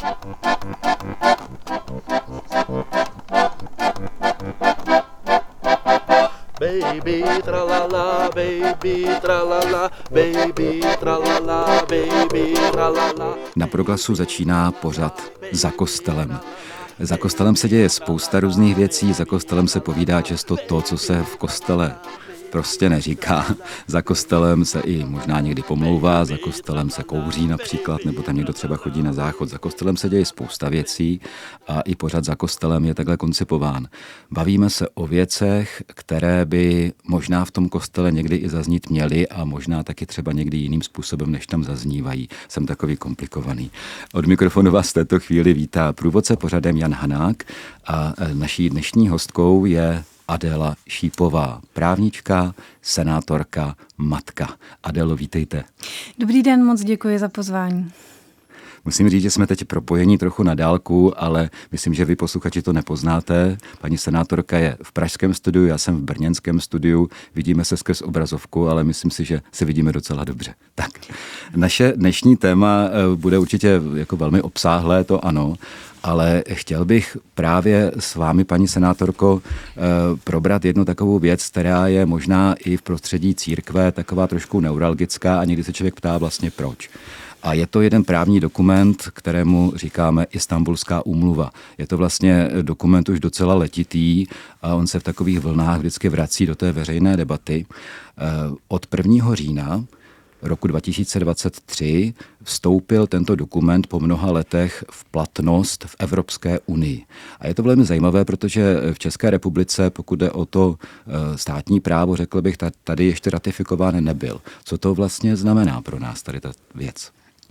Baby tralala, baby tralala, baby tralala, baby tralala. Na Proglasu začíná pořad Za kostelem. Za kostelem se děje spousta různých věcí, za kostelem se povídá často to, co se v kostele prostě neříká. Za kostelem se i možná někdy pomlouvá, za kostelem se kouří například, nebo tam někdo třeba chodí na záchod. Za kostelem se děje spousta věcí a i pořad Za kostelem je takhle koncipován. Bavíme se o věcech, které by možná v tom kostele někdy i zaznít měly a možná taky třeba někdy jiným způsobem, než tam zaznívají. Jsem takový komplikovaný. Od mikrofonu vás v této chvíli vítá průvodce pořadem Jan Hanák a naší dnešní hostkou je Adéla Šípová, právnička, senátorka, matka. Adélo, vítejte. Dobrý den, moc děkuji za pozvání. Musím říct, že jsme teď propojení trochu na dálku, ale myslím, že vy posluchači to nepoznáte. Paní senátorka je v pražském studiu, já jsem v brněnském studiu, vidíme se skrz obrazovku, ale myslím si, že se vidíme docela dobře. Tak, naše dnešní téma bude určitě jako velmi obsáhlé, to ano, ale chtěl bych právě s vámi, paní senátorko, probrat jednu takovou věc, která je možná i v prostředí církve taková trošku neuralgická a někdy se člověk ptá vlastně proč. A je to jeden právní dokument, kterému říkáme Istanbulská úmluva. Je to vlastně dokument už docela letitý a on se v takových vlnách vždycky vrací do té veřejné debaty. Od 1. října roku 2023 vstoupil tento dokument po mnoha letech v platnost v Evropské unii. A je to velmi zajímavé, protože v České republice, pokud jde o to státní právo, řekl bych, tady ještě ratifikován nebyl. Co to vlastně znamená pro nás tady ta věc?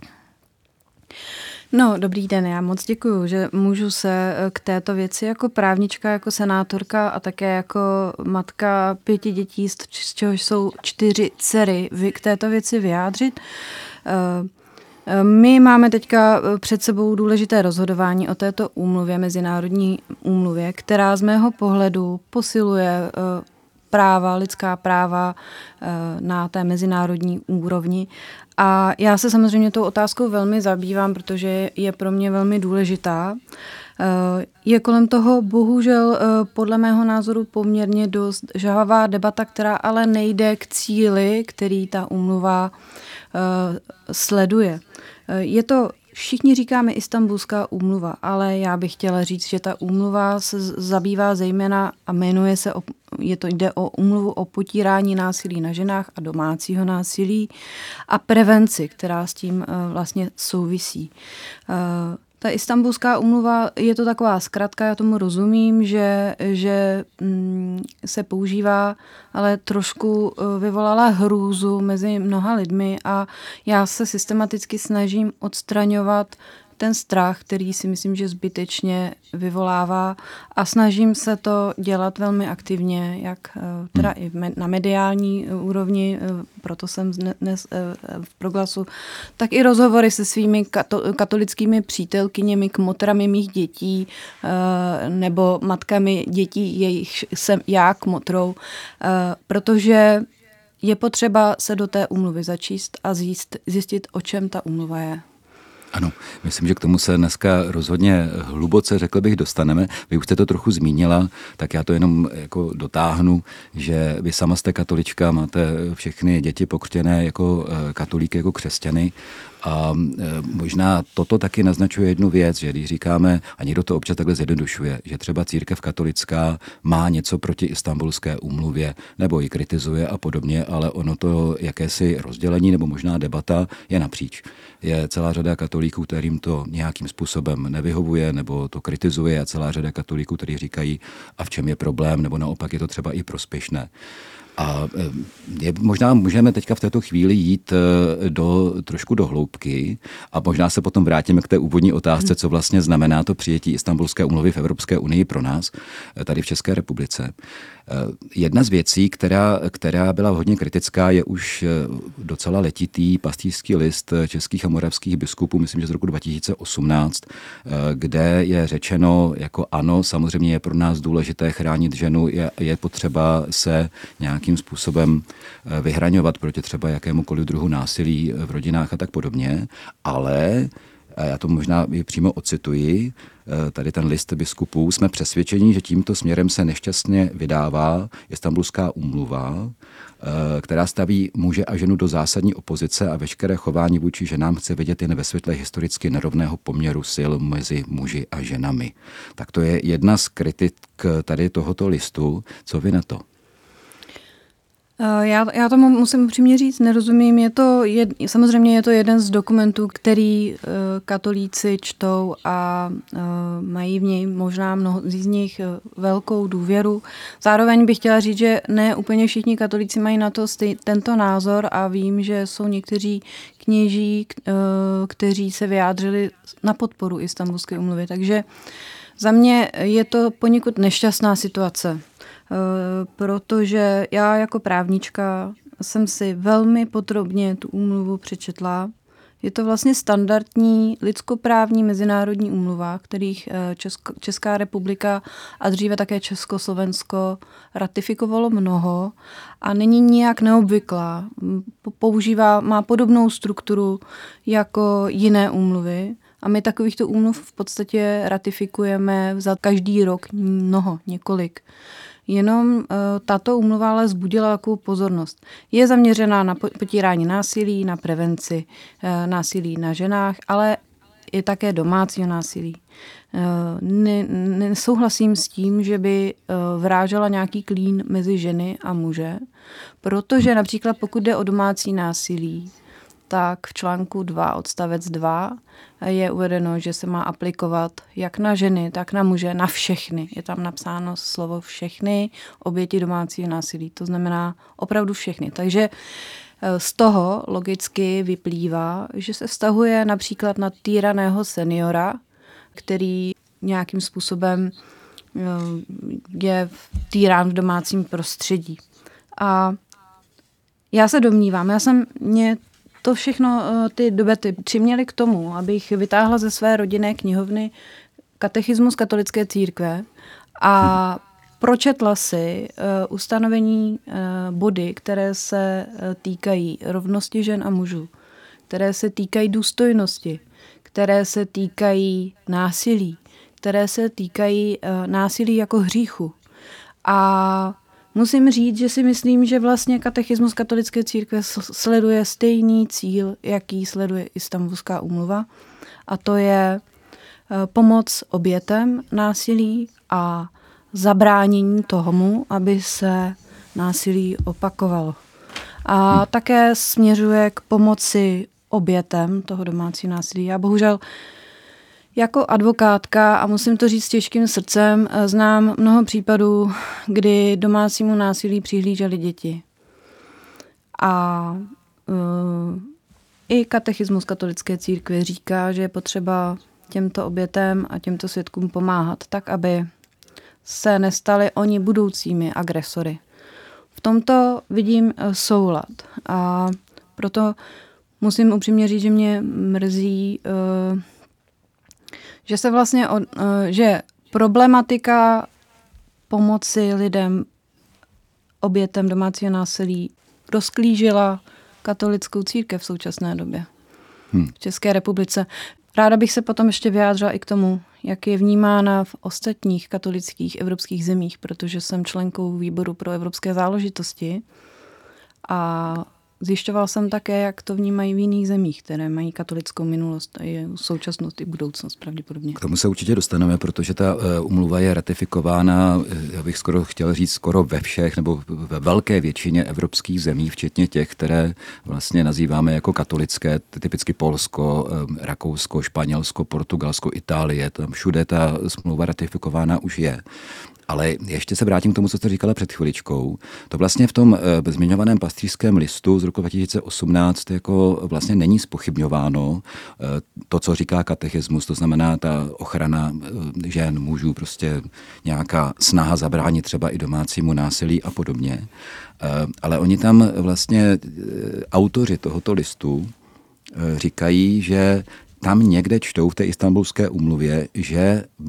No, dobrý den, já moc děkuju, že můžu se k této věci jako právnička, jako senátorka a také jako matka 5 dětí, z čehož jsou 4 dcery, k této věci vyjádřit. My máme teďka před sebou důležité rozhodování o této úmluvě, mezinárodní úmluvě, která z mého pohledu posiluje práva, lidská práva na té mezinárodní úrovni. A já se samozřejmě tou otázkou velmi zabývám, protože je pro mě velmi důležitá. Je kolem toho bohužel podle mého názoru poměrně dost žhavá debata, která ale nejde k cíli, který ta úmluva sleduje. Je to, všichni říkáme Istanbulská úmluva, ale já bych chtěla říct, že ta úmluva se zabývá zejména a jmenuje se, jde o úmluvu o potírání násilí na ženách a domácího násilí a prevenci, která s tím vlastně souvisí. Ta Istanbulská úmluva je to taková zkratka, já tomu rozumím, že se používá, ale trošku vyvolala hrůzu mezi mnoha lidmi a já se systematicky snažím odstraňovat ten strach, který si myslím, že zbytečně vyvolává a snažím se to dělat velmi aktivně, jak teda i na mediální úrovni, proto jsem dnes v Proglasu, tak i rozhovory se svými katolickými přítelkyněmi, kmotrami mých dětí nebo matkami dětí, jejich jsem já kmotrou, protože je potřeba se do té úmluvy začíst a zjistit, o čem ta úmluva je. Ano, myslím, že k tomu se dneska rozhodně hluboce, řekl bych, dostaneme. Vy už jste to trochu zmínila, tak já to jenom jako dotáhnu, že vy sama jste katolička, máte všechny děti pokřtěné jako katolíky, jako křesťany. A možná toto taky naznačuje jednu věc, že když říkáme, a někdo to občas takhle zjednodušuje, že třeba církev katolická má něco proti Istanbulské úmluvě, nebo ji kritizuje a podobně, ale ono to jakési rozdělení nebo možná debata je napříč. Je celá řada katolíků, kterým to nějakým způsobem nevyhovuje, nebo to kritizuje, a celá řada katolíků, kteří říkají, a v čem je problém, nebo naopak je to třeba i prospěšné. A možná můžeme teďka v této chvíli jít trošku do hloubky a možná se potom vrátíme k té úvodní otázce, co vlastně znamená to přijetí Istanbulské úmluvy v Evropské unii pro nás, tady v České republice. Jedna z věcí, která byla hodně kritická, je už docela letitý pastýřský list českých a moravských biskupů, myslím, že z roku 2018, kde je řečeno, jako ano, samozřejmě je pro nás důležité chránit ženu, je potřeba se nějakým způsobem vyhraňovat proti třeba jakémukoliv druhu násilí v rodinách a tak podobně, ale a já to možná i přímo ocituji, tady ten list biskupů, jsme přesvědčeni, že tímto směrem se nešťastně vydává Istanbulská úmluva, která staví muže a ženu do zásadní opozice a veškeré chování vůči ženám chce vidět jen ve světle historicky nerovného poměru sil mezi muži a ženami. Tak to je jedna z kritik tady tohoto listu. Co vy na to? Já tomu musím upřímně říct, nerozumím. Samozřejmě je to jeden z dokumentů, který katolíci čtou a mají v něj možná mnoho z nich velkou důvěru. Zároveň bych chtěla říct, že ne úplně všichni katolíci mají na to tento názor a vím, že jsou někteří kněží, kteří se vyjádřili na podporu Istanbulské úmluvy. Takže za mě je to poněkud nešťastná situace. Protože já jako právnička jsem si velmi podrobně tu úmluvu přečetla. Je to vlastně standardní lidskoprávní mezinárodní úmluva, kterých Česká republika a dříve také Československo ratifikovalo mnoho a není nijak neobvyklá. Má podobnou strukturu jako jiné úmluvy a my takovýchto úmluv v podstatě ratifikujeme za každý rok několik. Jenom tato úmluva ale vzbudila takovou pozornost. Je zaměřená na potírání násilí, na prevenci násilí na ženách, ale je také domácího násilí. Nesouhlasím s tím, že by vrážela nějaký klín mezi ženy a muže, protože například pokud jde o domácí násilí, tak v článku 2 odstavec 2 je uvedeno, že se má aplikovat jak na ženy, tak na muže, na všechny. Je tam napsáno slovo všechny oběti domácího násilí. To znamená opravdu všechny. Takže z toho logicky vyplývá, že se vztahuje například na týraného seniora, který nějakým způsobem je týrán v domácím prostředí. A já se domnívám, mě to všechno ty debaty přiměly k tomu, abych vytáhla ze své rodinné knihovny Katechismus katolické církve a pročetla si ustanovení body, které se týkají rovnosti žen a mužů, které se týkají důstojnosti, které se týkají násilí, které se týkají násilí jako hříchu. A musím říct, že si myslím, že vlastně katechismus katolické církve sleduje stejný cíl, jaký sleduje Istanbulská úmluva, a to je pomoc obětem násilí a zabránění tomu, aby se násilí opakovalo. A také směřuje k pomoci obětem toho domácího násilí. Já bohužel jako advokátka, a musím to říct s těžkým srdcem, znám mnoho případů, kdy domácímu násilí přihlížely děti. A i katechismus katolické církve říká, že je potřeba těmto obětem a těmto svědkům pomáhat tak, aby se nestali oni budoucími agresory. V tomto vidím soulad a proto musím upřímně říct, že mě mrzí, že se vlastně, že problematika pomoci lidem, obětem domácího násilí rozklížila katolickou církev v současné době v České republice. Ráda bych se potom ještě vyjádřila i k tomu, jak je vnímána v ostatních katolických evropských zemích, protože jsem členkou výboru pro evropské záležitosti a zjišťoval jsem také, jak to vnímají v jiných zemích, které mají katolickou minulost a je současnost i budoucnost pravděpodobně. K tomu se určitě dostaneme, protože ta úmluva je ratifikována, já bych chtěl říct, skoro ve všech nebo ve velké většině evropských zemí, včetně těch, které vlastně nazýváme jako katolické, typicky Polsko, Rakousko, Španělsko, Portugalsko, Itálie. Tam všude ta smlouva ratifikována už je. Ale ještě se vrátím k tomu, co jste říkala před chviličkou. To vlastně v tom zmiňovaném pastýřském listu z roku 2018 jako vlastně není zpochybňováno to, co říká katechismus, to znamená ta ochrana žen, mužů, prostě nějaká snaha zabránit třeba i domácímu násilí a podobně. Ale oni tam vlastně, autoři tohoto listu říkají, že tam někde čtou v té Istanbulské úmluvě, že by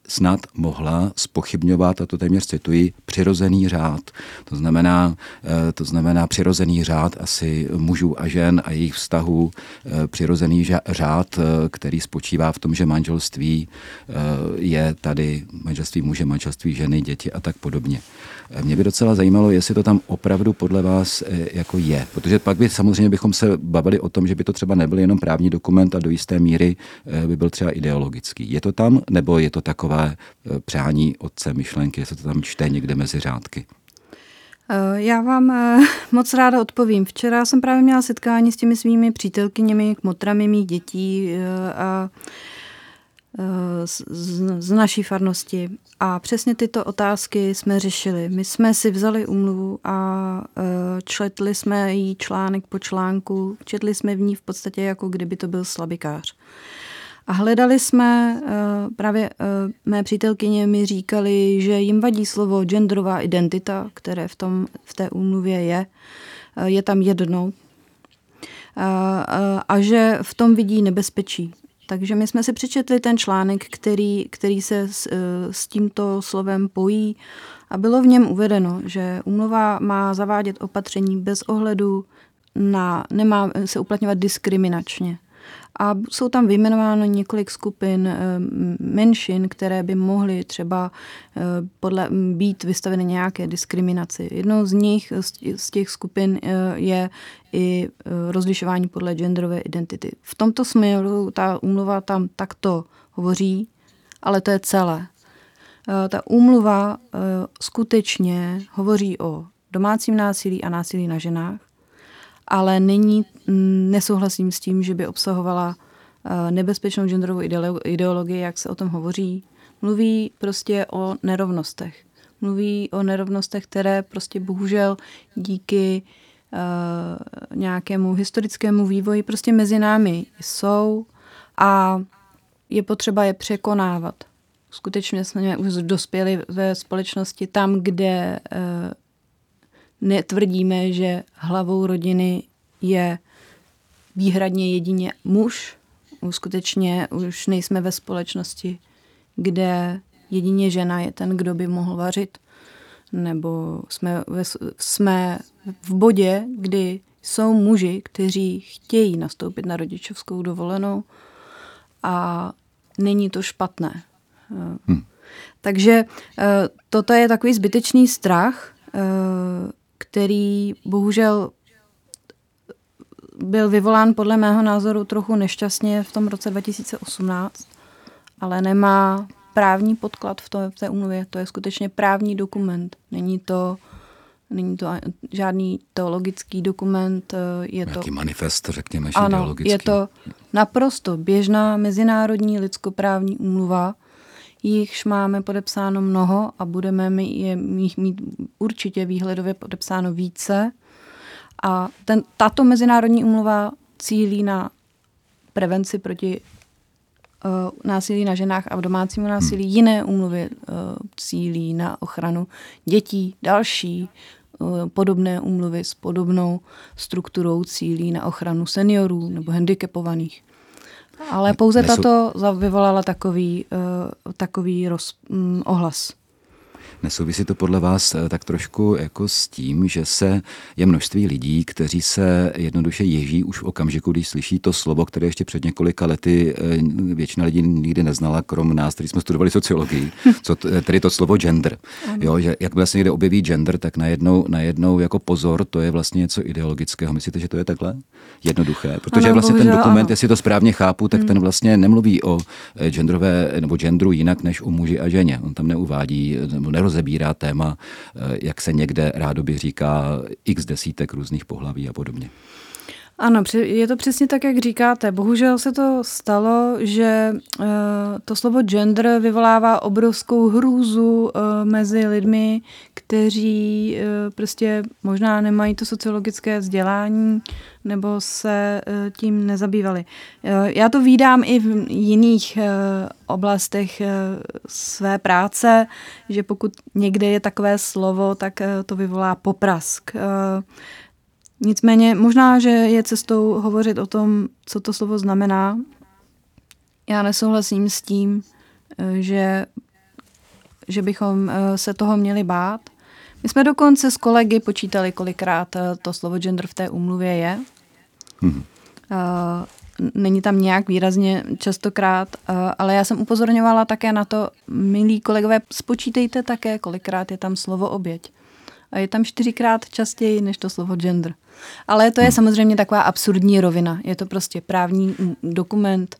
snad mohla zpochybňovat, a to téměř cituji, přirozený řád. To znamená přirozený řád asi mužů a žen a jejich vztahů, přirozený řád, který spočívá v tom, že manželství je tady manželství muže, manželství ženy, děti a tak podobně. Mě by docela zajímalo, jestli to tam opravdu podle vás jako je. Protože pak samozřejmě bychom se bavili o tom, že by to třeba nebyl jenom právní dokument a do jisté míry by byl třeba ideologický. Je to tam, nebo je to takové přání otce myšlenky, jestli to tam čte někde mezi řádky? Já vám moc ráda odpovím. Včera jsem právě měla setkání s těmi svými přítelkyněmi, kmotrami mých dětí a z naší farnosti. A přesně tyto otázky jsme řešili. My jsme si vzali úmluvu a četli jsme jí článek po článku. Četli jsme v ní v podstatě, jako kdyby to byl slabikář. A hledali jsme, právě mé přítelkyně mi říkali, že jim vadí slovo genderová identita, které v té úmluvě je tam jednou. A že v tom vidí nebezpečí. Takže my jsme si přečetli ten článek, který se s tímto slovem pojí a bylo v něm uvedeno, že úmluva má zavádět opatření bez ohledu nemá se uplatňovat diskriminačně. A jsou tam vyjmenováno několik skupin menšin, které by mohly třeba být vystaveny nějaké diskriminaci. Jednou z nich, z těch skupin je i rozlišování podle genderové identity. V tomto směru ta úmluva tam takto hovoří, ale to je celé. Ta úmluva skutečně hovoří o domácím násilí a násilí na ženách, ale nesouhlasím s tím, že by obsahovala nebezpečnou genderovou ideologii, jak se o tom hovoří. Mluví prostě o nerovnostech. Mluví o nerovnostech, které prostě bohužel díky nějakému historickému vývoji prostě mezi námi jsou a je potřeba je překonávat. Skutečně jsme už dospěli ve společnosti tam, kde netvrdíme, že hlavou rodiny je výhradně jedině muž. Skutečně už nejsme ve společnosti, kde jedině žena je ten, kdo by mohl vařit. Nebo jsme v bodě, kdy jsou muži, kteří chtějí nastoupit na rodičovskou dovolenou a není to špatné. Takže toto je takový zbytečný strach, který bohužel byl vyvolán podle mého názoru trochu nešťastně v tom roce 2018, ale nemá právní podklad v té úmluvě. To je skutečně právní dokument. Není to žádný teologický dokument. Nějaký manifest, řekněme, ano, ideologický. Je to naprosto běžná mezinárodní lidskoprávní úmluva, jichž máme podepsáno mnoho a budeme jich mít určitě výhledově podepsáno více. A tato mezinárodní úmluva cílí na prevenci proti násilí na ženách a v domácímu násilí. Jiné úmluvy cílí na ochranu dětí, další podobné úmluvy s podobnou strukturou cílí na ochranu seniorů nebo handicapovaných. Ale pouze tato vyvolala takový ohlas. Nesouvisí to podle vás tak trošku jako s tím, že je množství lidí, kteří se jednoduše ježí už v okamžiku, když slyší to slovo, které ještě před několika lety většina lidí nikdy neznala, krom nás, kteří jsme studovali sociologii, tedy to slovo gender. Jo, že jak vlastně někde objeví gender, tak najednou jako pozor, to je vlastně něco ideologického. Myslíte, že to je takhle jednoduché? Protože ano, vlastně ten dokument, ano. Jestli to správně chápu, tak ten vlastně nemluví o genderu jinak než o muži a ženě. On tam neuvádí nebo nerozebírá téma, jak se někde rádoby říká x desítek různých pohlaví a podobně. Ano, je to přesně tak, jak říkáte. Bohužel se to stalo, že to slovo gender vyvolává obrovskou hrůzu mezi lidmi, kteří prostě možná nemají to sociologické vzdělání nebo se tím nezabývali. Já to vídám i v jiných oblastech své práce, že pokud někde je takové slovo, tak to vyvolá poprask. Nicméně možná, že je cestou hovořit o tom, co to slovo znamená. Já nesouhlasím s tím, že že bychom se toho měli bát. My jsme dokonce s kolegy počítali, kolikrát to slovo gender v té úmluvě je. Není tam nějak výrazně častokrát, ale já jsem upozorňovala také na to, milí kolegové, spočítejte také, kolikrát je tam slovo oběť. A je tam 4krát častěji než to slovo gender. Ale to je samozřejmě taková absurdní rovina. Je to prostě právní dokument,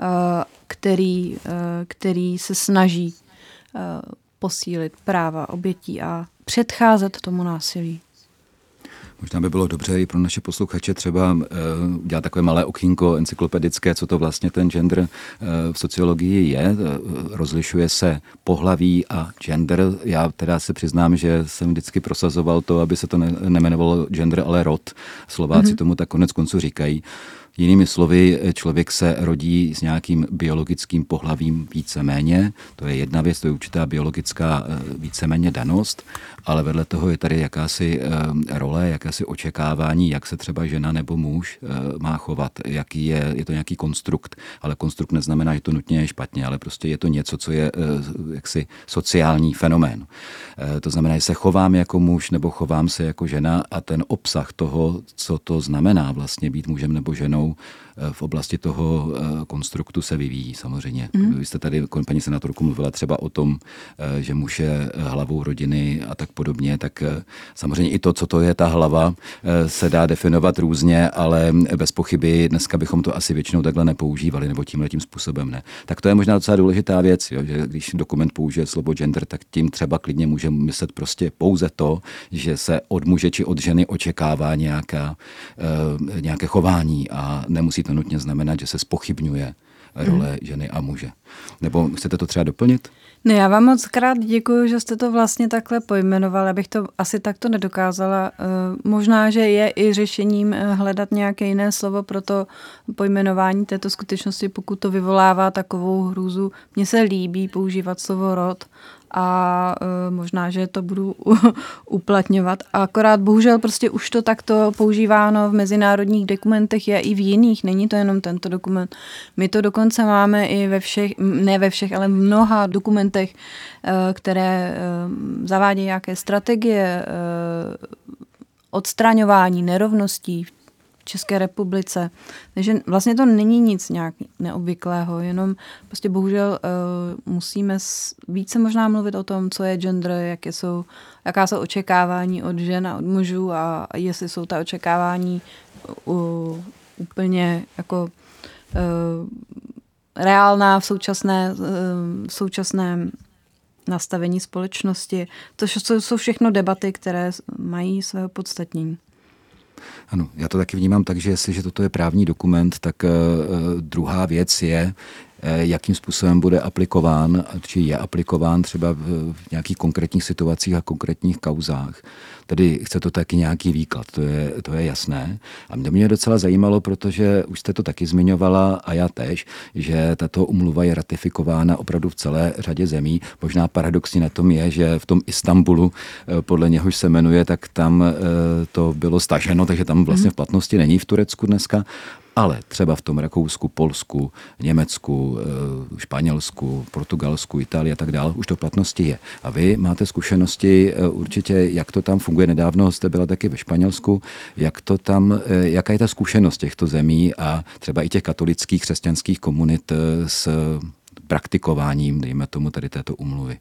který se snaží posílit práva obětí a předcházet tomu násilí. Možná by bylo dobře i pro naše posluchače třeba dělat takové malé okýnko encyklopedické, co to vlastně ten gender v sociologii je. Rozlišuje se pohlaví a gender. Já teda se přiznám, že jsem vždycky prosazoval to, aby se to nemenovalo gender, ale rod. Slováci tomu tak konec konců říkají. Jinými slovy, člověk se rodí s nějakým biologickým pohlavím víceméně. To je jedna věc, to je určitá biologická víceméně danost, ale vedle toho je tady jakási role, jakési očekávání, jak se třeba žena nebo muž má chovat. Jaký je to nějaký konstrukt, ale konstrukt neznamená, že to nutně je špatně, ale prostě je to něco, co je jaksi sociální fenomén. To znamená, že se chovám jako muž nebo chovám se jako žena a ten obsah toho, co to znamená vlastně být mužem nebo ženou, v oblasti toho konstruktu se vyvíjí samozřejmě. Vy jste tady, paní senátorku, mluvila třeba o tom, že muž je hlavou rodiny a tak podobně, tak samozřejmě i to, co to je ta hlava, se dá definovat různě, ale bez pochyby dneska bychom to asi většinou takhle nepoužívali, nebo tímhletím způsobem ne. Tak to je možná docela důležitá věc, jo, že když dokument použije slovo gender, tak tím třeba klidně může myslet prostě pouze to, že se od muže či od ženy očekává nějaké chování a nemusí to nutně znamenat, že se zpochybňuje role ženy a muže. Nebo chcete to třeba doplnit? Ne, já vám moc krát děkuju, že jste to vlastně takhle pojmenoval. Já bych to asi takto nedokázala. Možná, že je i řešením hledat nějaké jiné slovo pro to pojmenování této skutečnosti, pokud to vyvolává takovou hrůzu. Mně se líbí používat slovo rod a možná, že to budu uplatňovat. A akorát bohužel prostě už to takto používáno v mezinárodních dokumentech je i v jiných, není to jenom tento dokument. My to dokonce máme i ve všech, ne ve všech, ale v mnoha dokumentech, které zavádějí nějaké strategie odstraňování nerovností v České republice. Takže vlastně to není nic nějak neobvyklého, jenom prostě bohužel musíme více možná mluvit o tom, co je gender, jaká jsou očekávání od žen a od mužů a jestli jsou ta očekávání úplně jako reálná v současném nastavení společnosti. To jsou všechno debaty, které mají své opodstatnění. Ano, já to taky vnímám tak, že jestliže toto je právní dokument, tak druhá věc je, jakým způsobem bude aplikován, či je aplikován třeba v nějakých konkrétních situacích a konkrétních kauzách. Tedy chce to taky nějaký výklad, to je jasné. A mě docela zajímalo, protože už jste to taky zmiňovala a já též, že tato umluva je ratifikována opravdu v celé řadě zemí. Možná paradoxní na tom je, že v tom Istanbulu, podle něhož se jmenuje, tak tam to bylo staženo, takže tam vlastně v platnosti není v Turecku dneska. Ale třeba v tom Rakousku, Polsku, Německu, Španělsku, Portugalsku, Itálii a tak dále už to v platnosti je. A vy máte zkušenosti určitě, jak to tam funguje. Nedávno jste byla taky ve Španělsku. Jaká je ta zkušenost těchto zemí a třeba i těch katolických křesťanských komunit s praktikováním, dejme tomu, tady této úmluvy?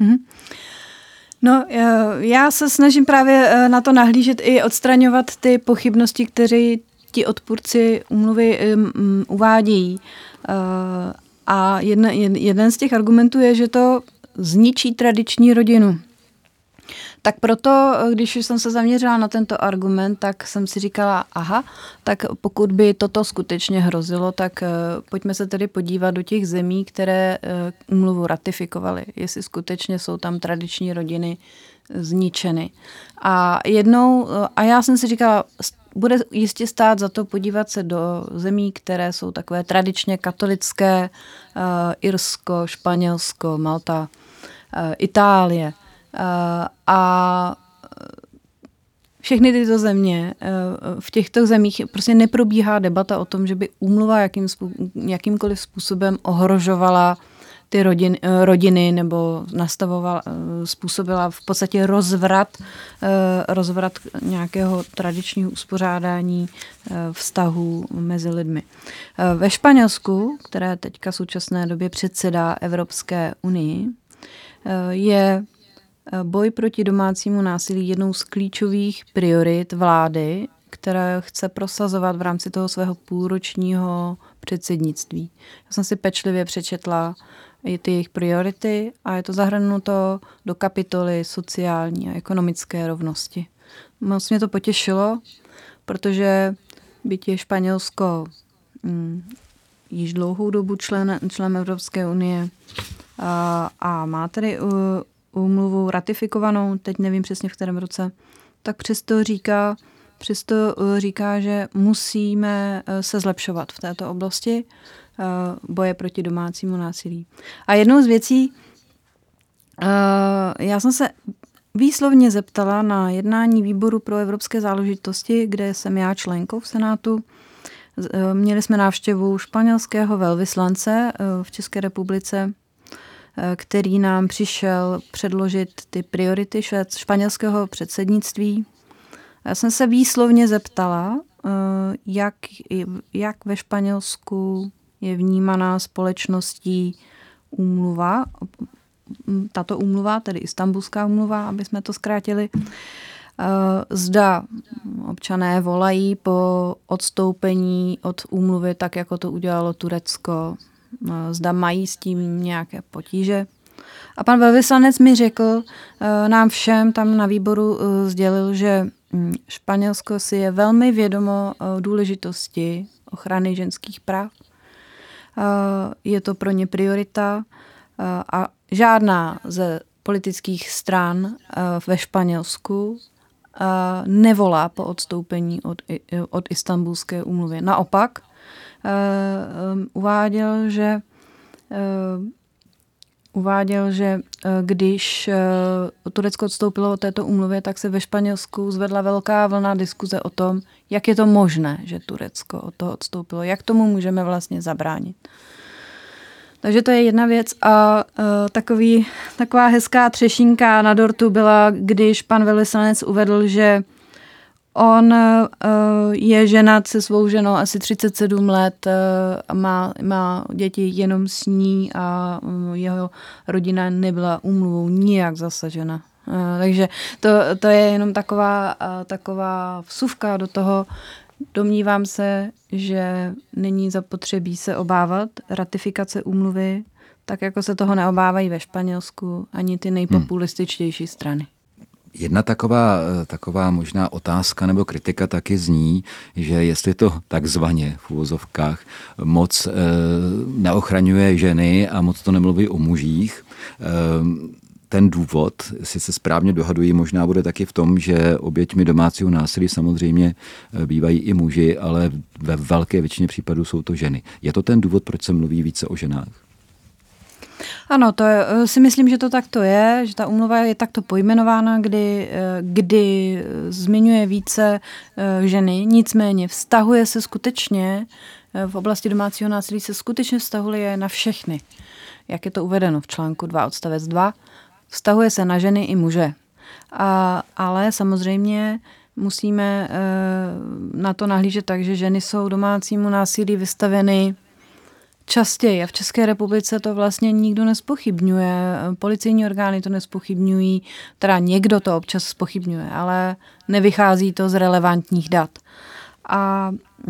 No, já se snažím právě na to nahlížet i odstraňovat ty pochybnosti, které ti odpůrci úmluvy uvádějí. A jeden z těch argumentů je, že to zničí tradiční rodinu. Tak proto, když jsem se zaměřila na tento argument, tak jsem si říkala, tak pokud by toto skutečně hrozilo, tak pojďme se tedy podívat do těch zemí, které úmluvu ratifikovaly, jestli skutečně jsou tam tradiční rodiny zničeny. A já jsem si říkala, bude jistě stát za to podívat se do zemí, které jsou takové tradičně katolické, Irsko, Španělsko, Malta, Itálie. A všechny tyto země, v těchto zemích prostě neprobíhá debata o tom, že by úmluva jakýmkoliv způsobem ohrožovala ty rodiny nebo způsobila v podstatě rozvrat nějakého tradičního uspořádání vztahů mezi lidmi. Ve Španělsku, které teďka v současné době předsedá Evropské unii, je boj proti domácímu násilí jednou z klíčových priorit vlády, které chce prosazovat v rámci toho svého půlročního předsednictví. Já jsem si pečlivě přečetla ty jejich priority a je to zahrnuto do kapitoly sociální a ekonomické rovnosti. Moc mě to potěšilo, protože byť je Španělsko již dlouhou dobu členem Evropské unie a má tedy úmluvu ratifikovanou, teď nevím přesně v kterém roce, tak přesto říká, že musíme se zlepšovat v této oblasti boje proti domácímu násilí. A jednou z věcí, já jsem se výslovně zeptala na jednání výboru pro evropské záležitosti, kde jsem já členkou v Senátu. Měli jsme návštěvu španělského velvyslance v České republice, který nám přišel předložit ty priority španělského předsednictví. Já jsem se výslovně zeptala, jak ve Španělsku je vnímaná společností úmluva, tato úmluva, tedy Istanbulská úmluva, aby jsme to zkrátili. Zda občané volají po odstoupení od úmluvy, tak jako to udělalo Turecko. Zda mají s tím nějaké potíže. A pan velvyslanec mi řekl, nám všem tam na výboru sdělil, že Španělsko si je velmi vědomo důležitosti ochrany ženských práv. Je to pro ně priorita a žádná ze politických stran ve Španělsku nevolá po odstoupení od Istanbulské úmluvy. Naopak uváděl, že když Turecko odstoupilo od této úmluvy, tak se ve Španělsku zvedla velká vlna diskuze o tom, jak je to možné, že Turecko od toho odstoupilo, jak tomu můžeme vlastně zabránit. Takže to je jedna věc a taková hezká třešínka na dortu byla, když pan velvyslanec uvedl, že on je ženat se svou ženou asi 37 let, má děti jenom s ní a jeho rodina nebyla úmluvou nijak zasažena. Takže to je jenom taková vsuvka do toho. Domnívám se, že není zapotřebí se obávat ratifikace úmluvy, tak jako se toho neobávají ve Španělsku ani ty nejpopulističtější strany. Jedna taková možná otázka nebo kritika taky zní, že jestli to takzvaně v uvozovkách moc neochraňuje ženy a moc to nemluví o mužích, ten důvod, jestli se správně dohadují, možná bude taky v tom, že oběťmi domácího násilí samozřejmě bývají i muži, ale ve velké většině případů jsou to ženy. Je to ten důvod, proč se mluví více o ženách? Ano, si myslím, že to takto je, že ta úmluva je takto pojmenována, kdy zmiňuje více ženy, nicméně vztahuje se skutečně, v oblasti domácího násilí se skutečně vztahuje na všechny. Jak je to uvedeno v článku 2 odstavec 2, vztahuje se na ženy i muže. Ale samozřejmě musíme na to nahlížet tak, že ženy jsou domácímu násilí vystaveny častěji. A v České republice to vlastně nikdo nespochybňuje. Policejní orgány to nespochybňují, teda někdo to občas zpochybňuje, ale nevychází to z relevantních dat. A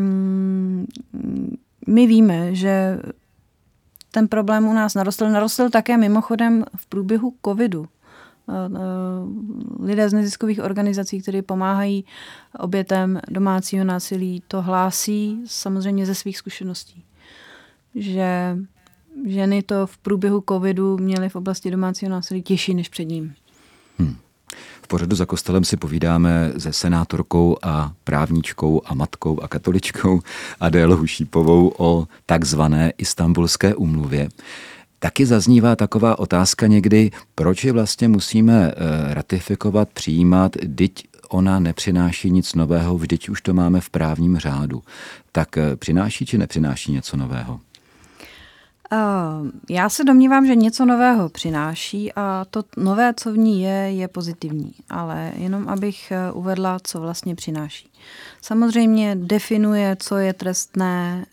my víme, že ten problém u nás narostl také mimochodem v průběhu covidu. Lidé z neziskových organizací, které pomáhají obětem domácího násilí, to hlásí samozřejmě ze svých zkušeností. Že ženy to v průběhu covidu měly v oblasti domácího násilí těžší než před ním. V pořadu Za kostelem si povídáme se senátorkou a právničkou a matkou a katoličkou Adélou Hušípovou o takzvané Istanbulské úmluvě. Taky zaznívá taková otázka někdy, proč je vlastně musíme ratifikovat, přijímat, vždyť ona nepřináší nic nového, vždyť už to máme v právním řádu. Tak přináší či nepřináší něco nového? Já se domnívám, že něco nového přináší a to nové, co v ní je pozitivní. Ale jenom abych uvedla, co vlastně přináší. Samozřejmě definuje, co je trestné,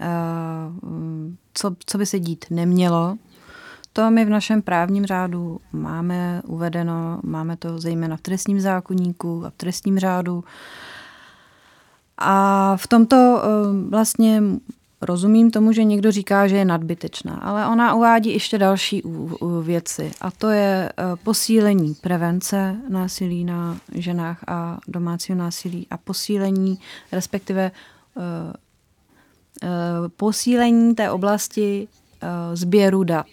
co by se dít nemělo. To my v našem právním řádu máme uvedeno, máme to zejména v trestním zákoníku a v trestním řádu. A v tomto vlastně rozumím tomu, že někdo říká, že je nadbytečná, ale ona uvádí ještě další věci a to je posílení prevence násilí na ženách a domácího násilí a posílení, respektive posílení té oblasti sběru dat.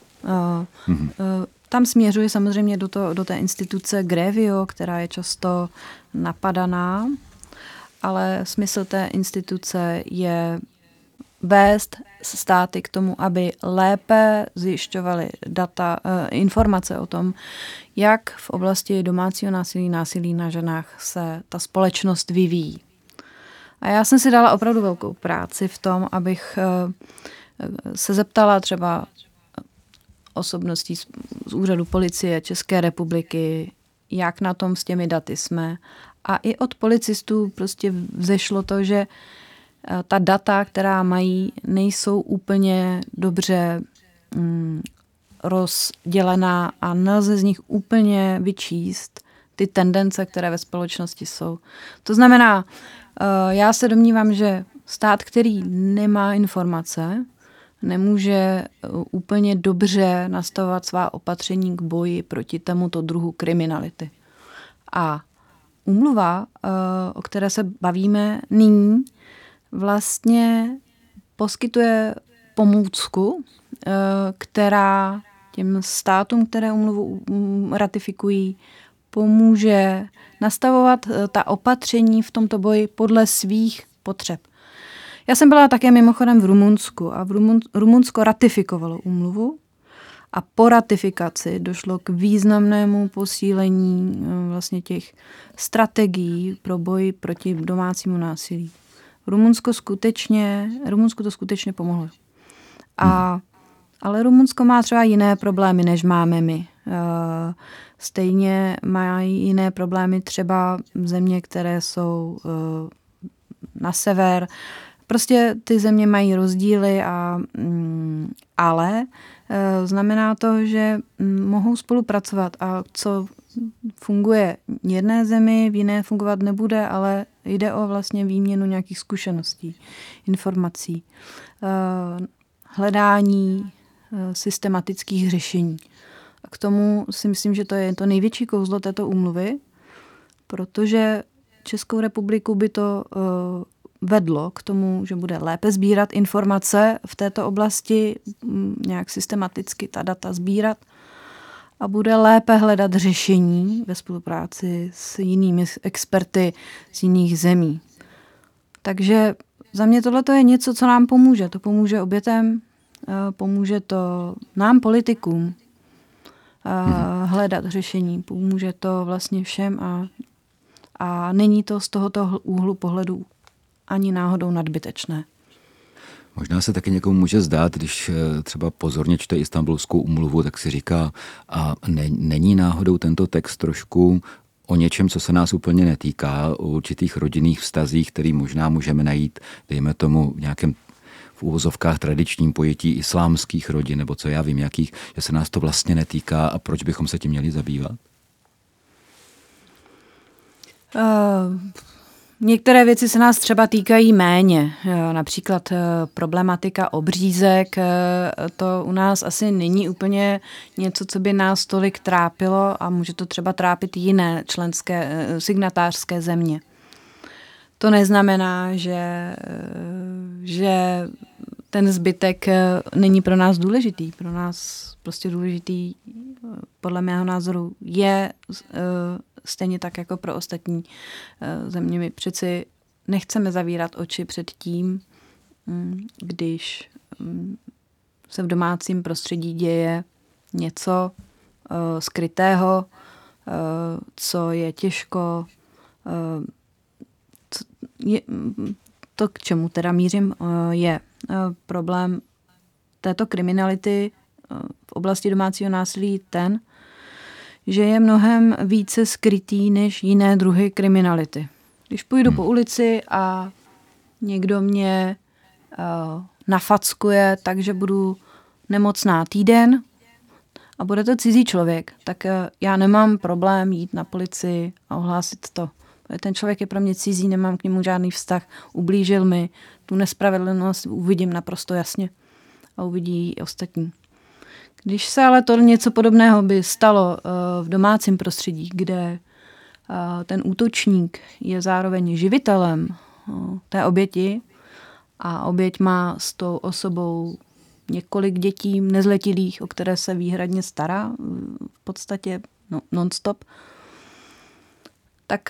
Tam směřuje samozřejmě do té instituce Grevio, která je často napadaná, ale smysl té instituce je vést státy k tomu, aby lépe zjišťovali informace o tom, jak v oblasti domácího násilí na ženách se ta společnost vyvíjí. A já jsem si dala opravdu velkou práci v tom, abych se zeptala třeba osobností z úřadu policie České republiky, jak na tom s těmi daty jsme. A i od policistů prostě vzešlo to, že ta data, která mají, nejsou úplně dobře rozdělená a nelze z nich úplně vyčíst ty tendence, které ve společnosti jsou. To znamená, já se domnívám, že stát, který nemá informace, nemůže úplně dobře nastavovat svá opatření k boji proti tomuto druhu kriminality. A úmluva, o které se bavíme nyní, vlastně poskytuje pomůcku, která těm státům, které úmluvu ratifikují, pomůže nastavovat ta opatření v tomto boji podle svých potřeb. Já jsem byla také mimochodem v Rumunsku a Rumunsko ratifikovalo úmluvu a po ratifikaci došlo k významnému posílení vlastně těch strategií pro boj proti domácímu násilí. Rumunsku to skutečně pomohlo. Ale Rumunsko má třeba jiné problémy, než máme my. Stejně mají jiné problémy třeba země, které jsou na sever. Prostě ty země mají rozdíly, ale znamená to, že mohou spolupracovat a co funguje v jedné zemi, v jiné fungovat nebude, ale jde o vlastně výměnu nějakých zkušeností, informací, hledání systematických řešení. A k tomu si myslím, že to je to největší kouzlo této úmluvy, protože Českou republiku by to vedlo k tomu, že bude lépe sbírat informace v této oblasti, nějak systematicky ta data sbírat a bude lépe hledat řešení ve spolupráci s jinými experty z jiných zemí. Takže za mě tohle je něco, co nám pomůže. To pomůže obětem, pomůže to nám politikům hledat řešení, pomůže to vlastně všem a není to z tohoto úhlu pohledu ani náhodou nadbytečné. Možná se taky někomu může zdát, když třeba pozorně čte Istanbulskou úmluvu, tak si říká, a není náhodou tento text trošku o něčem, co se nás úplně netýká, o určitých rodinných vztazích, který možná můžeme najít, dejme tomu, v nějakém v úvozovkách tradičním pojetí islámských rodin, nebo co já vím, jakých, že se nás to vlastně netýká a proč bychom se tím měli zabývat? Některé věci se nás třeba týkají méně. Například problematika obřízek. To u nás asi není úplně něco, co by nás tolik trápilo a může to třeba trápit jiné členské signatářské země. To neznamená, že ten zbytek není pro nás důležitý. Pro nás prostě důležitý, podle mého názoru, je stejně tak jako pro ostatní země. My přeci nechceme zavírat oči před tím, když se v domácím prostředí děje něco skrytého, co je těžko. To, k čemu teda mířím, je problém této kriminality v oblasti domácího násilí ten, že je mnohem více skrytý než jiné druhy kriminality. Když půjdu po ulici a někdo mě nafackuje, takže budu nemocná týden a bude to cizí člověk, tak já nemám problém jít na policii a ohlásit to. Ten člověk je pro mě cizí, nemám k němu žádný vztah, ublížil mi, tu nespravedlnost uvidím naprosto jasně a uvidí i ostatní. Když se ale to něco podobného by stalo v domácím prostředí, kde ten útočník je zároveň živitelem té oběti a oběť má s tou osobou několik dětí nezletilých, o které se výhradně stará, v podstatě non-stop, tak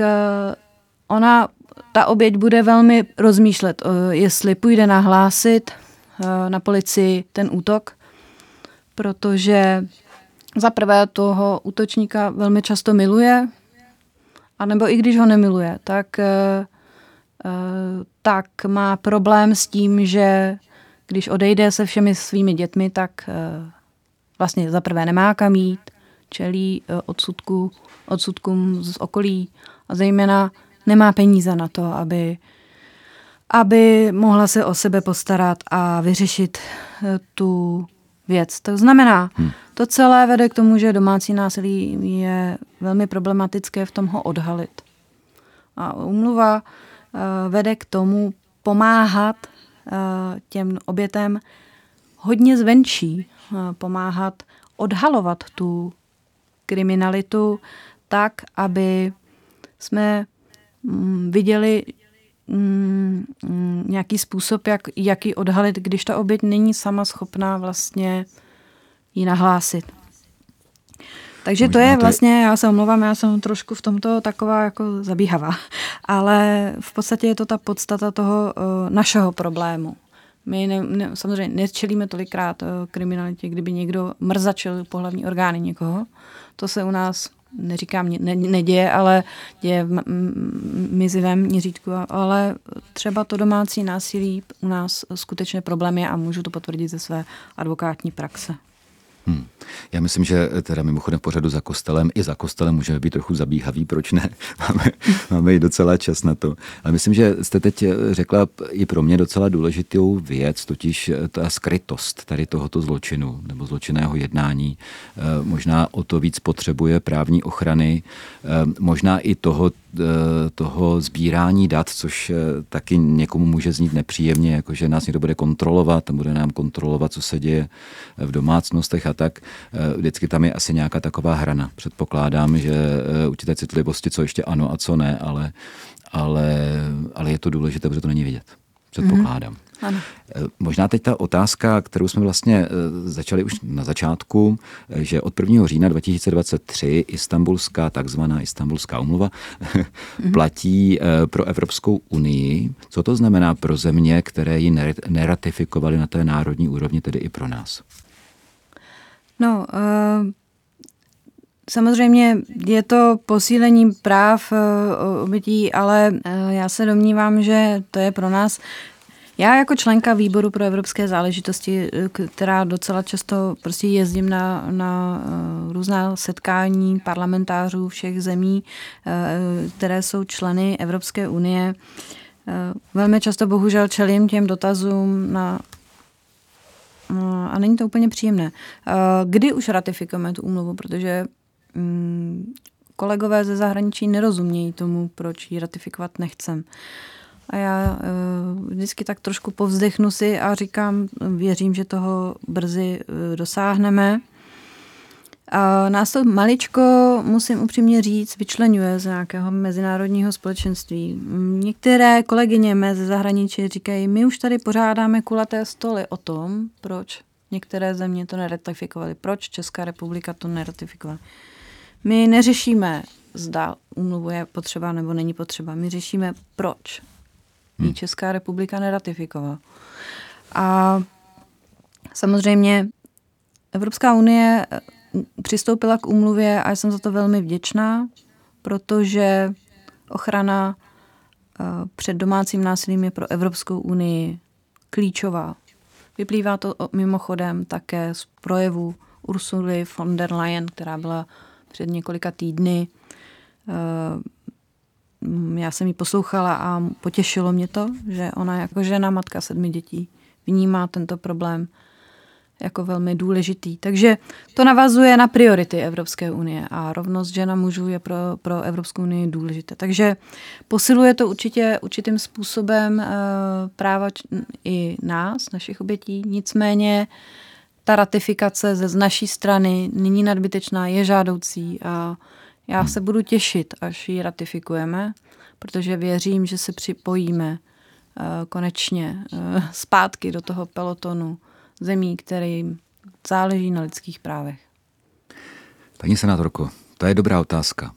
ta oběť bude velmi rozmýšlet, jestli půjde nahlásit na policii ten útok, protože za prvé toho útočníka velmi často miluje, anebo i když ho nemiluje, tak má problém s tím, že když odejde se všemi svými dětmi, tak vlastně za prvé nemá kam jít, čelí odsudkům z okolí a zejména nemá peníze na to, aby mohla se o sebe postarat a vyřešit tu věc. To znamená, to celé vede k tomu, že domácí násilí je velmi problematické v tom ho odhalit. A úmluva vede k tomu pomáhat těm obětem hodně zvenčí, pomáhat odhalovat tu kriminalitu tak, aby jsme viděli nějaký způsob, jak ji odhalit, když ta oběť není sama schopná vlastně ji nahlásit. Takže možná to je vlastně, já se omlouvám, já jsem trošku v tomto taková jako zabíhavá, ale v podstatě je to ta podstata toho našeho problému. My samozřejmě nečelíme tolikrát kriminalitě, kdyby někdo mrzačil pohlavní orgány někoho. To se u nás, neříkám, neděje, ale děje v mizivém měřítku. Ale třeba to domácí násilí u nás skutečně problém je a můžu to potvrdit ze své advokátní praxe. Já myslím, že teda mimochodem v pořadu za kostelem můžeme být trochu zabíhaví, proč ne? Máme i docela čas na to. Ale myslím, že jste teď řekla i pro mě docela důležitou věc, totiž ta skrytost tady tohoto zločinu nebo zločinného jednání. Možná o to víc potřebuje právní ochrany, možná i toho sbírání dat, což taky někomu může znít nepříjemně, jakože nás někdo bude kontrolovat a bude nám kontrolovat, co se děje v domácnostech a tak. Vždycky tam je asi nějaká taková hrana. Předpokládám, že určité citlivosti, co ještě ano a co ne, ale je to důležité, protože to není vidět. Předpokládám. Ano. Možná teď ta otázka, kterou jsme vlastně začali už na začátku, že od 1. října 2023 takzvaná Istanbulská úmluva platí pro Evropskou unii. Co to znamená pro země, které ji neratifikovaly na té národní úrovni, tedy i pro nás? No, samozřejmě je to posílení práv obětí, ale já se domnívám, že to je pro nás. Já jako členka výboru pro evropské záležitosti, která docela často prostě jezdím na různá setkání parlamentářů všech zemí, které jsou členy Evropské unie, velmi často bohužel čelím těm dotazům a není to úplně příjemné. Kdy už ratifikujeme tu úmluvu, protože kolegové ze zahraničí nerozumějí tomu, proč ji ratifikovat nechcem. A já vždycky tak trošku povzdechnu si a říkám, věřím, že toho brzy dosáhneme. A nás to maličko, musím upřímně říct, vyčleňuje z nějakého mezinárodního společenství. Některé kolegyně mé ze zahraničí říkají, my už tady pořádáme kulaté stoly o tom, proč některé země to neratifikovaly, proč Česká republika to neratifikovala. My neřešíme, zda úmluvu je potřeba nebo není potřeba. My řešíme, proč ji Česká republika neratifikovala. A samozřejmě Evropská unie přistoupila k úmluvě a jsem za to velmi vděčná, protože ochrana před domácím násilím je pro Evropskou unii klíčová. Vyplývá to mimochodem také z projevu Ursuly von der Leyen, která byla před několika týdny. Já jsem ji poslouchala a potěšilo mě to, že ona jako žena, matka 7 dětí vnímá tento problém jako velmi důležitý. Takže to navazuje na priority Evropské unie a rovnost žen a mužů je pro Evropskou unii důležité. Takže posiluje to určitým způsobem práva i nás, našich obětí. Nicméně ta ratifikace z naší strany není nadbytečná, je žádoucí a já se budu těšit, až ji ratifikujeme, protože věřím, že se připojíme konečně zpátky do toho pelotonu zemí, kterým záleží na lidských právech. Paní senátorko, to je dobrá otázka.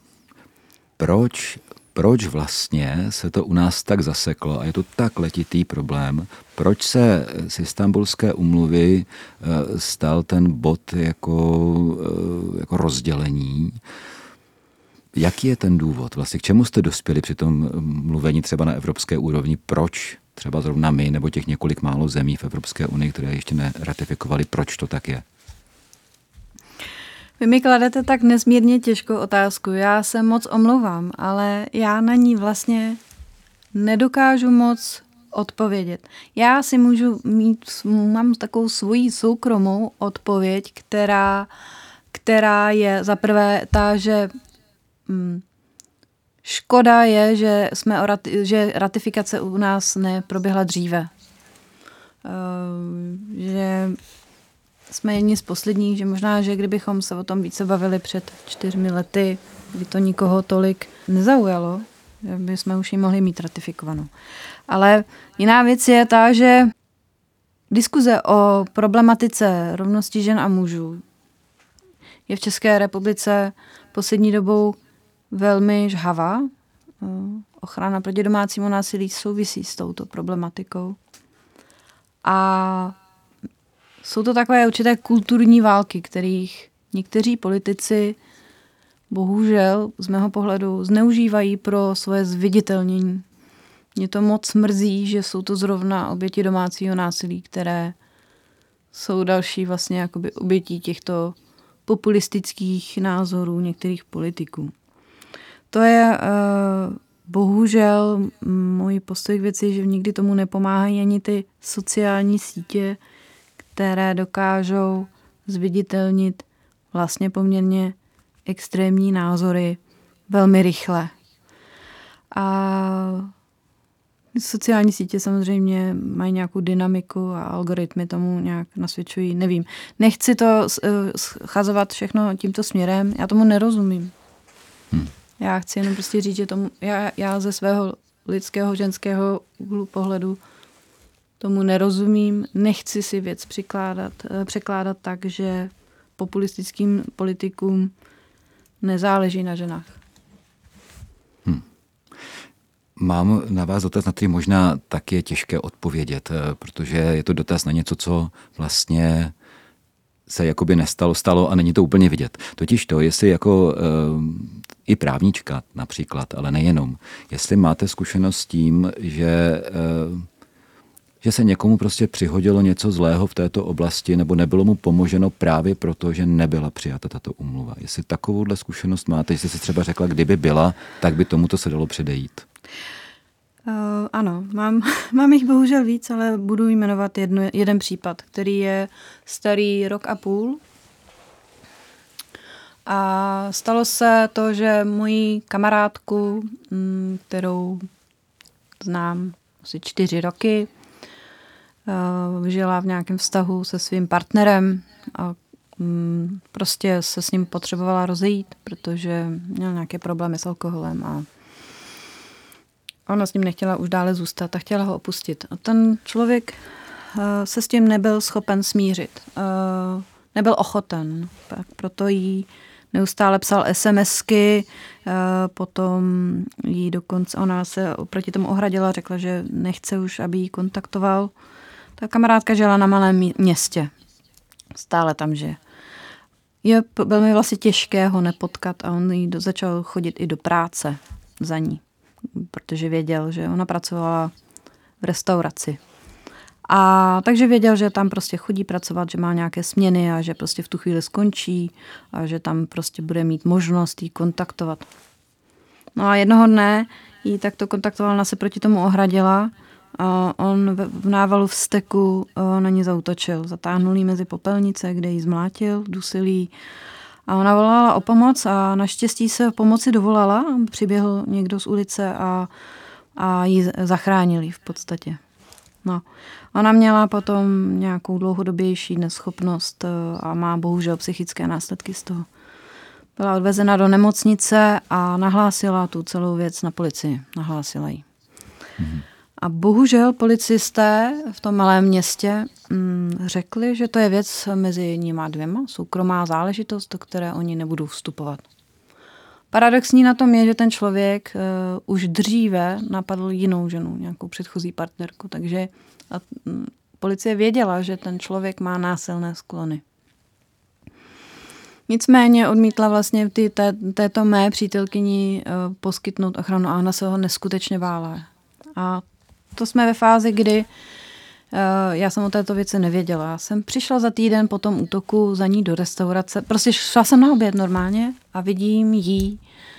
Proč vlastně se to u nás tak zaseklo a je to tak letitý problém? Proč se z Istanbulské úmluvy stal ten bod jako rozdělení? Jaký je ten důvod? Vlastně k čemu jste dospěli při tom mluvení třeba na evropské úrovni? Proč třeba zrovna my nebo těch několik málo zemí v Evropské unii, které ještě neratifikovali, proč to tak je? Vy mi kladete tak nesmírně těžkou otázku. Já se moc omlouvám, ale já na ní vlastně nedokážu moc odpovědět. Já si mám takovou svoji soukromou odpověď, která je za prvé ta, že škoda je, že ratifikace u nás neproběhla dříve. Že jsme jedni z posledních, že možná, že kdybychom se o tom více bavili před 4 lety, kdy to nikoho tolik nezaujalo, že bychom už ji mohli mít ratifikovanou. Ale jiná věc je ta, že diskuze o problematice rovnosti žen a mužů je v České republice poslední dobou velmi žhavá. Ochrana proti domácímu násilí souvisí s touto problematikou. A jsou to takové určité kulturní války, kterých někteří politici bohužel z mého pohledu zneužívají pro svoje zviditelnění. Mě to moc mrzí, že jsou to zrovna oběti domácího násilí, které jsou další vlastně jakoby obětí těchto populistických názorů některých politiků. To je bohužel můj postoj k věci, že nikdy tomu nepomáhají ani ty sociální sítě, které dokážou zviditelnit vlastně poměrně extrémní názory velmi rychle. A sociální sítě samozřejmě mají nějakou dynamiku a algoritmy tomu nějak nasvědčují. Nevím. Nechci to schazovat všechno tímto směrem. Já tomu nerozumím. Já chci jenom prostě říct, že já ze svého lidského, ženského úhlu pohledu tomu nerozumím. Nechci si věc překládat tak, že populistickým politikům nezáleží na ženách. Mám na vás dotaz, na který možná tak je těžké odpovědět, protože je to dotaz na něco, co vlastně se jakoby stalo a není to úplně vidět. Totiž to, jestli jako i právnička například, ale nejenom, jestli máte zkušenost s tím, že se někomu prostě přihodilo něco zlého v této oblasti nebo nebylo mu pomoženo právě proto, že nebyla přijata tato úmluva. Jestli takovouhle zkušenost máte, jestli si třeba řekla, kdyby byla, tak by tomuto se dalo předejít. Ano, mám jich bohužel víc, ale budu jmenovat jeden případ, který je starý 1,5 roku. A stalo se to, že moji kamarádku, kterou znám asi 4 roky, žila v nějakém vztahu se svým partnerem a prostě se s ním potřebovala rozejít, protože měl nějaké problémy s alkoholem a ona s ním nechtěla už dále zůstat a chtěla ho opustit. A ten člověk se s tím nebyl schopen smířit. Nebyl ochoten. Proto jí neustále psal SMSky, potom jí dokonce, ona se oproti tomu ohradila, řekla, že nechce už, aby jí kontaktoval. Ta kamarádka žila na malém městě. Stále tam žije. Bylo mi vlastně těžké ho nepotkat a on jí začal chodit i do práce za ní, protože věděl, že ona pracovala v restauraci. A takže věděl, že tam prostě chodí pracovat, že má nějaké směny a že prostě v tu chvíli skončí a že tam prostě bude mít možnost jí kontaktovat. No a jednoho dne jí takto kontaktoval, ona se proti tomu ohradila a on v návalu vzteku na ní zaútočil. Zatáhnul jí mezi popelnice, kde jí zmlátil, dusil jí. A ona volala o pomoc a naštěstí se pomoci dovolala. Přiběhl někdo z ulice a ji zachránili v podstatě. No. Ona měla potom nějakou dlouhodobější neschopnost a má bohužel psychické následky z toho. Byla odvezena do nemocnice a nahlásila tu celou věc na policii. Nahlásila ji. A bohužel policisté v tom malém městě řekli, že to je věc mezi nimi dvěma, soukromá záležitost, do které oni nebudou vstupovat. Paradoxní na tom je, že ten člověk už dříve napadl jinou ženu, nějakou předchozí partnerku, takže policie věděla, že ten člověk má násilné sklony. Nicméně odmítla vlastně této mé přítelkyni poskytnout ochranu a ona se ho neskutečně bála. A to jsme ve fázi, kdy já jsem o této věci nevěděla. Já jsem přišla za týden po tom útoku za ní do restaurace. Prostě šla jsem na oběd normálně a vidím jí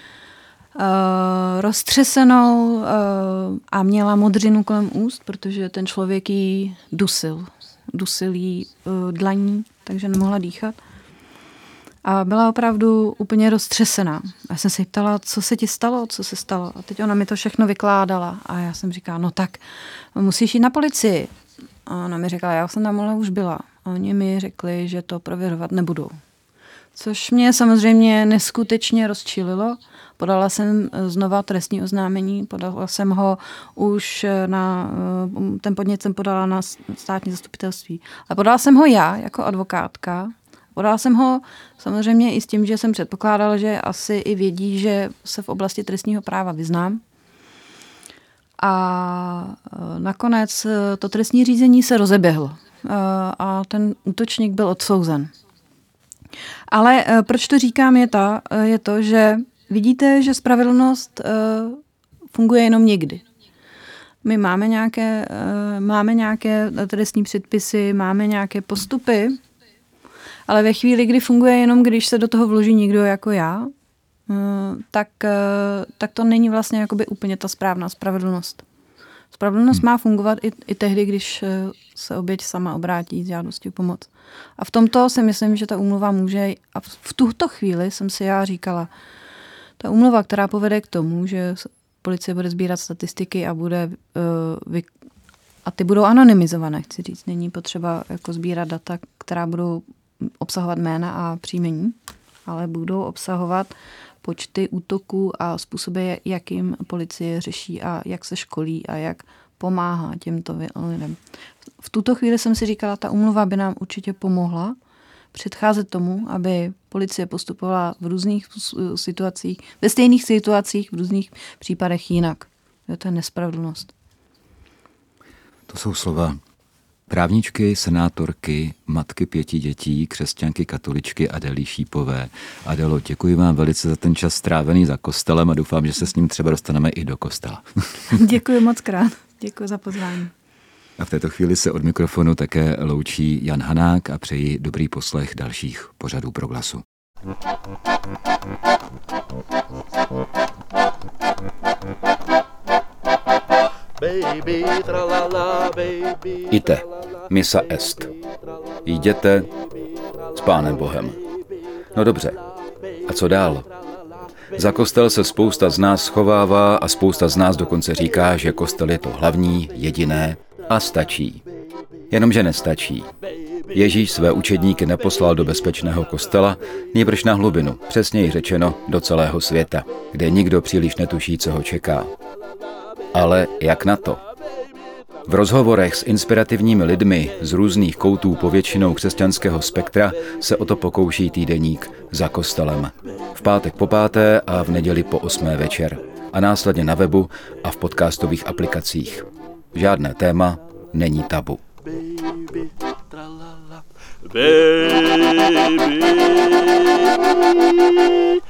roztřesenou a měla modřinu kolem úst, protože ten člověk jí dusil. Dusil jí dlaní, takže nemohla dýchat. A byla opravdu úplně roztřesená. Já jsem se jí ptala, co se ti stalo, co se stalo. A teď ona mi to všechno vykládala. A já jsem říkala, no tak musíš jít na policii. A ona mi říkala, já jsem tam ale už byla. A oni mi řekli, že to prověřovat nebudou. Což mě samozřejmě neskutečně rozčililo. Podala jsem znova trestní oznámení, podala jsem ho už ten podnět jsem podala na státní zastupitelství. Ale podala jsem ho já jako advokátka. Podala jsem ho samozřejmě i s tím, že jsem předpokládala, že asi i vědí, že se v oblasti trestního práva vyznám. A nakonec to trestní řízení se rozeběhlo a ten útočník byl odsouzen. Ale proč to říkám je to, že vidíte, že spravedlnost funguje jenom někdy. My máme nějaké trestní předpisy, máme nějaké postupy, ale ve chvíli, kdy funguje jenom, když se do toho vloží někdo jako já, tak to není vlastně jakoby úplně ta správná spravedlnost. Spravedlnost má fungovat i tehdy, když se oběť sama obrátí s žádostí o pomoc. A v tomto si myslím, že ta úmluva může, a v tuto chvíli jsem si já říkala, ta úmluva, která povede k tomu, že policie bude sbírat statistiky a ty budou anonymizované, chci říct, není potřeba jako sbírat data, která budou obsahovat jména a příjmení, ale budou obsahovat počty útoků a způsoby, jakým policie řeší a jak se školí a jak pomáhá těmto lidem. V tuto chvíli jsem si říkala, ta úmluva by nám určitě pomohla předcházet tomu, aby policie postupovala v různých situacích, ve stejných situacích, v různých případech jinak. To je nespravedlnost. To jsou slova právničky, senátorky, matky 5 dětí, křesťanky, katoličky Adely Šípové. Adelo, děkuji vám velice za ten čas strávený za kostelem a doufám, že se s ním třeba dostaneme i do kostela. Děkuji moc krát. Děkuji za pozvání. A v této chvíli se od mikrofonu také loučí Jan Hanák a přeji dobrý poslech dalších pořadů Proglasu. Baby, tralala, baby, Ite, missa est. Jděte s Pánem Bohem. No dobře, a co dál? Za kostel se spousta z nás schovává a spousta z nás dokonce říká, že kostel je to hlavní, jediné a stačí. Jenomže nestačí. Ježíš své učedníky neposlal do bezpečného kostela, nýbrž na hlubinu, přesněji řečeno do celého světa, kde nikdo příliš netuší, co ho čeká. Ale jak na to? V rozhovorech s inspirativními lidmi z různých koutů povětšinou křesťanského spektra se o to pokouší týdeník Za kostelem. V pátek po 5. a v neděli po 8. večer. A následně na webu a v podcastových aplikacích. Žádné téma není tabu. baby, tralala, baby.